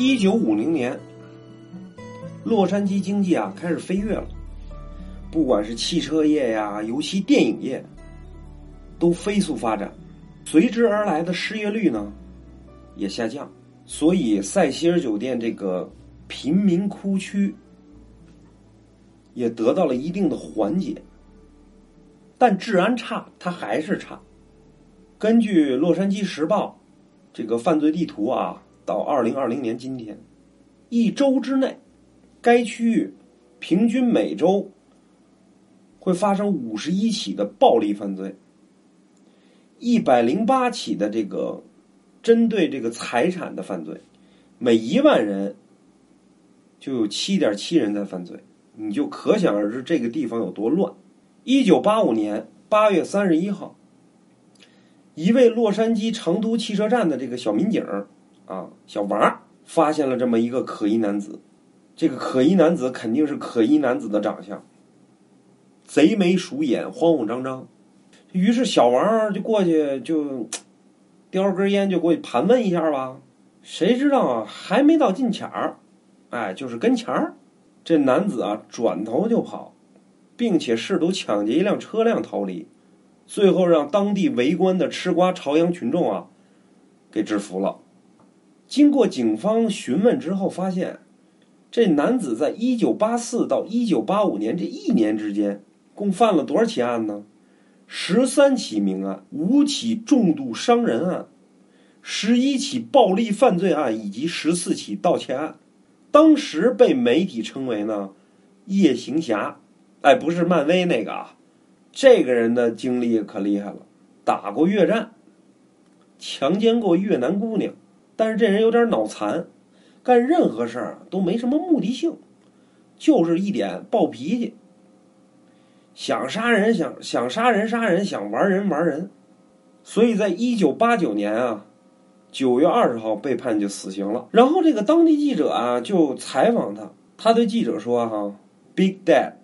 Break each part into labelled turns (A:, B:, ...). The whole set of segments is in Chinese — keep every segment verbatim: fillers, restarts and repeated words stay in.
A: 一九五零年，洛杉矶经济啊开始飞跃了，不管是汽车业呀、尤其电影业，都飞速发展，随之而来的失业率呢也下降，所以塞西尔酒店这个贫民窟区也得到了一定的缓解，但治安差，它还是差。根据《洛杉矶时报》这个犯罪地图啊，到二零二零年今天，一周之内，该区域平均每周会发生五十一起的暴力犯罪，一百零八起的这个针对这个财产的犯罪，每一万人就有 七点七 人在犯罪，你就可想而知这个地方有多乱。一九八五年八月三十一号，一位洛杉矶长途汽车站的这个小民警啊，小王发现了这么一个可疑男子。这个可疑男子肯定是可疑男子的长相，贼眉鼠眼，慌慌张张。于是小王就过去就叼根烟就过去盘问一下吧。谁知道啊，还没到近前儿，哎，就是跟前儿，这男子啊转头就跑，并且试图抢劫一辆车辆逃离，最后让当地围观的吃瓜朝阳群众啊给制服了。经过警方询问之后，发现这男子在一九八四到一九八五年这一年之间，共犯了多少起案呢？十三起命案，五起重度伤人案，十一起暴力犯罪案，以及十四起盗窃案。当时被媒体称为呢夜行侠。哎，不是漫威那个啊，这个人的经历可厉害了，打过越战，强奸过越南姑娘，但是这人有点脑残，干任何事儿都没什么目的性，就是一点暴脾气，想杀人想想杀人杀人，想玩人玩人。所以在一九八九年啊九月二十号被判就死刑了。然后这个当地记者啊就采访他，他对记者说哈 Big Dad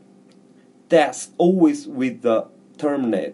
A: Death always with the terminate.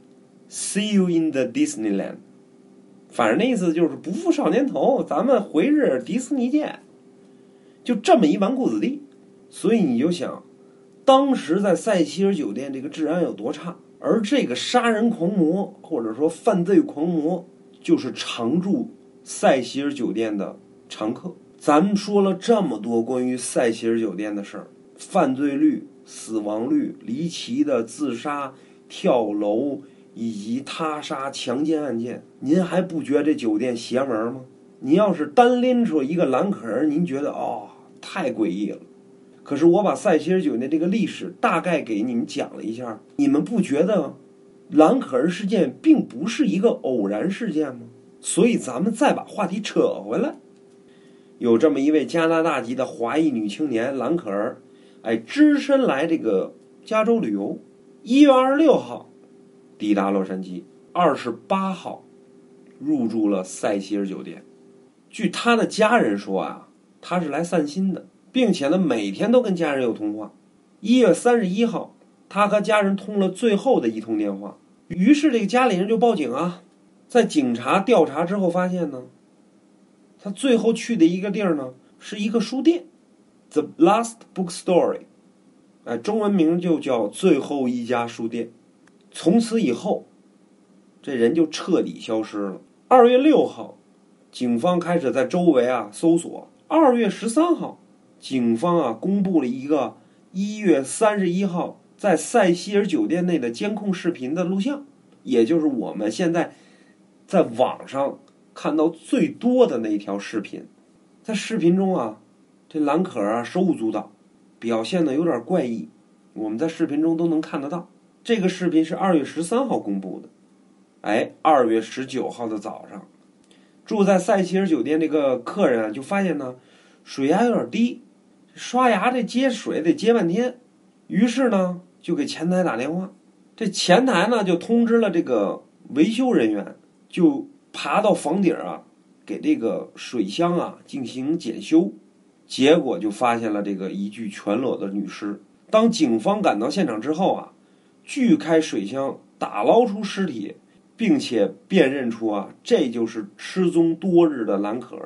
A: See you in the Disneyland. 反正那意思就是不负少年头，咱们回日迪士尼见。就这么一纨绔子弟。所以你就想，当时在塞西尔酒店这个治安有多差，而这个杀人狂魔或者说犯罪狂魔就是常驻塞西尔酒店的常客。咱们说了这么多关于塞西尔酒店的事儿，犯罪率、死亡率、离奇的自杀、跳楼以及他杀、强奸案件，您还不觉得这酒店邪门吗？您要是单拎出一个蓝可儿，您觉得哦太诡异了。可是我把塞西尔酒店这个历史大概给你们讲了一下，你们不觉得蓝可儿事件并不是一个偶然事件吗？所以咱们再把话题扯回来，有这么一位加拿大籍的华裔女青年蓝可儿，哎，只身来这个加州旅游。一月二十六号抵达洛杉矶，二十八号入住了塞西尔酒店。据他的家人说啊，他是来散心的，并且呢每天都跟家人有通话。一月三十一号，他和家人通了最后的一通电话，于是这个家里人就报警啊。在警察调查之后发现呢，他最后去的一个地儿呢是一个书店 The Last Bookstore， 哎，中文名就叫最后一家书店。从此以后这人就彻底消失了。二月六号警方开始在周围啊搜索。二月十三号警方啊公布了一个一月三十一号在塞西尔酒店内的监控视频的录像，也就是我们现在在网上看到最多的那条视频。在视频中啊，这蓝可儿啊手舞足蹈，表现的有点怪异，我们在视频中都能看得到。这个视频是二月十三号公布的。哎，二月十九号的早上，住在塞西尔酒店这个客人啊就发现呢水压有点低，刷牙这接水得接半天，于是呢就给前台打电话。这前台呢就通知了这个维修人员，就爬到房顶啊给这个水箱啊进行检修。结果就发现了这个一具全裸的女尸。当警方赶到现场之后啊，锯开水箱打捞出尸体，并且辨认出啊这就是失踪多日的蓝可儿。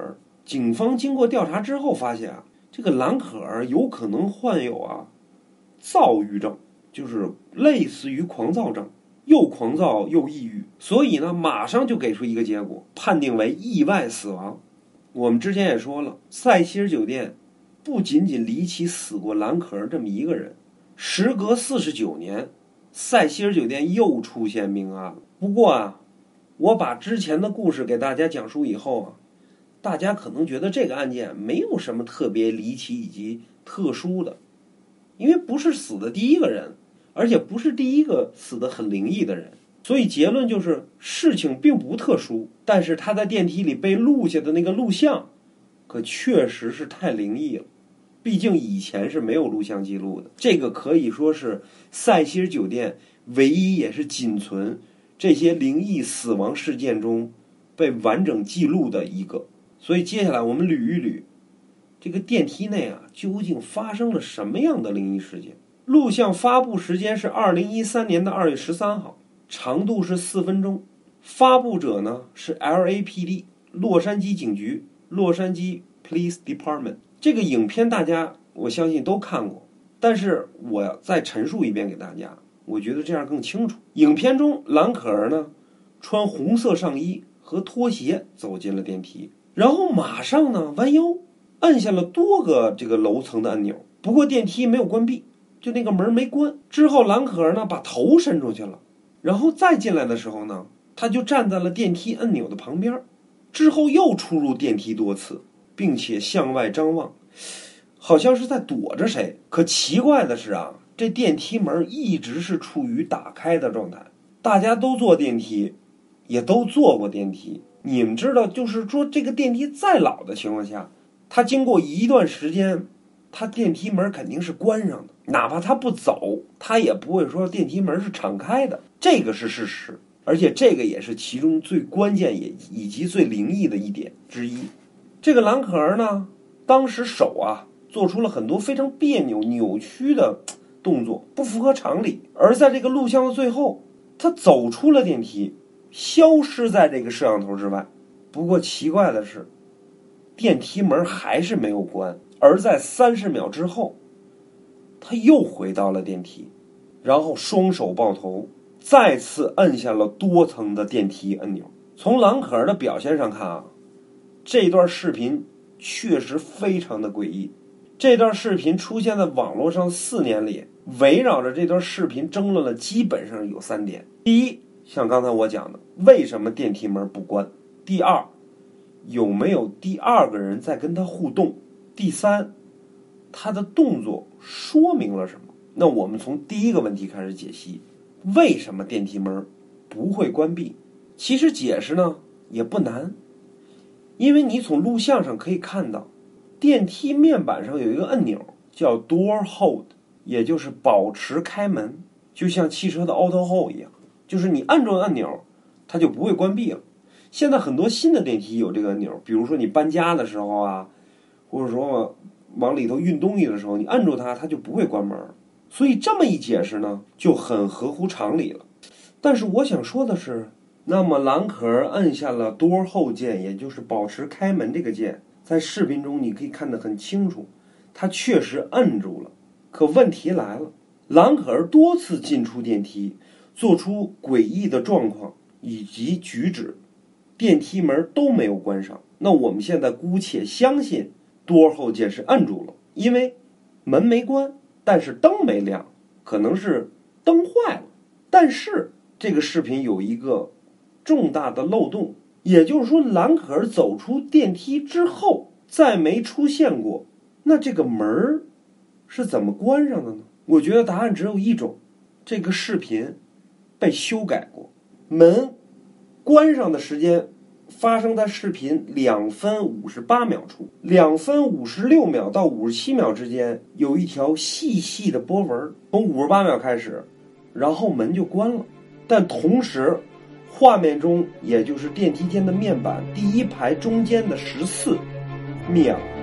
A: 警方经过调查之后发现啊，这个兰可儿有可能患有啊躁郁症，就是类似于狂躁症，又狂躁又抑郁，所以呢，马上就给出一个结果，判定为意外死亡。我们之前也说了，塞西尔酒店不仅仅离奇死过兰可儿这么一个人，时隔四十九年，塞西尔酒店又出现命案了。不过啊，我把之前的故事给大家讲述以后啊，大家可能觉得这个案件没有什么特别离奇以及特殊的，因为不是死的第一个人，而且不是第一个死的很灵异的人，所以结论就是事情并不特殊。但是他在电梯里被录下的那个录像可确实是太灵异了，毕竟以前是没有录像记录的，这个可以说是塞西尔酒店唯一也是仅存这些灵异死亡事件中被完整记录的一个。所以接下来我们捋一捋这个电梯内啊究竟发生了什么样的灵异事件。录像发布时间是二零一三年的二月十三号，长度是四分钟，发布者呢是 L A P D 洛杉矶警局，洛杉矶 Police Department。 这个影片大家我相信都看过，但是我再陈述一遍给大家，我觉得这样更清楚。影片中兰可儿呢穿红色上衣和拖鞋走进了电梯，然后马上呢弯腰按下了多个这个楼层的按钮，不过电梯没有关闭，就那个门没关。之后兰可儿呢把头伸出去了，然后再进来的时候呢，他就站在了电梯按钮的旁边，之后又出入电梯多次，并且向外张望，好像是在躲着谁。可奇怪的是啊，这电梯门一直是处于打开的状态。大家都坐电梯，也都坐过电梯，你们知道，就是说这个电梯再老的情况下，它经过一段时间，它电梯门肯定是关上的，哪怕它不走，它也不会说电梯门是敞开的，这个是事实。而且这个也是其中最关键也以及最灵异的一点之一。这个兰可儿呢，当时手啊做出了很多非常别扭扭曲的动作，不符合常理。而在这个录像的最后，他走出了电梯，消失在这个摄像头之外。不过奇怪的是，电梯门还是没有关，而在三十秒之后，他又回到了电梯，然后双手抱头，再次按下了多层的电梯按钮。从兰可儿的表现上看啊，这段视频确实非常的诡异。这段视频出现在网络上四年里，围绕着这段视频争论了基本上有三点。第一，像刚才我讲的，为什么电梯门不关？第二，有没有第二个人在跟他互动？第三，他的动作说明了什么？那我们从第一个问题开始解析，为什么电梯门不会关闭？其实解释呢也不难，因为你从录像上可以看到，电梯面板上有一个按钮叫 Door Hold， 也就是保持开门，就像汽车的 Auto Hold 一样，就是你按住按钮它就不会关闭了。现在很多新的电梯有这个按钮，比如说你搬家的时候啊，或者说往里头运东西的时候，你按住它它就不会关门。所以这么一解释呢就很合乎常理了。但是我想说的是，那么兰可儿按下了 Door Hold 键，也就是保持开门这个键，在视频中你可以看得很清楚，他确实摁住了。可问题来了，兰可儿多次进出电梯，做出诡异的状况以及举止，电梯门都没有关上。那我们现在姑且相信 Door Hold 键是摁住了，因为门没关，但是灯没亮，可能是灯坏了。但是这个视频有一个重大的漏洞，也就是说兰可儿走出电梯之后再没出现过，那这个门是怎么关上的呢？我觉得答案只有一种，这个视频被修改过。门关上的时间发生在视频两分五十八秒处，两分五十六秒到五十七秒之间有一条细细的波纹，从五十八秒开始，然后门就关了。但同时画面中，也就是电梯间的面板第一排中间的十四灭了。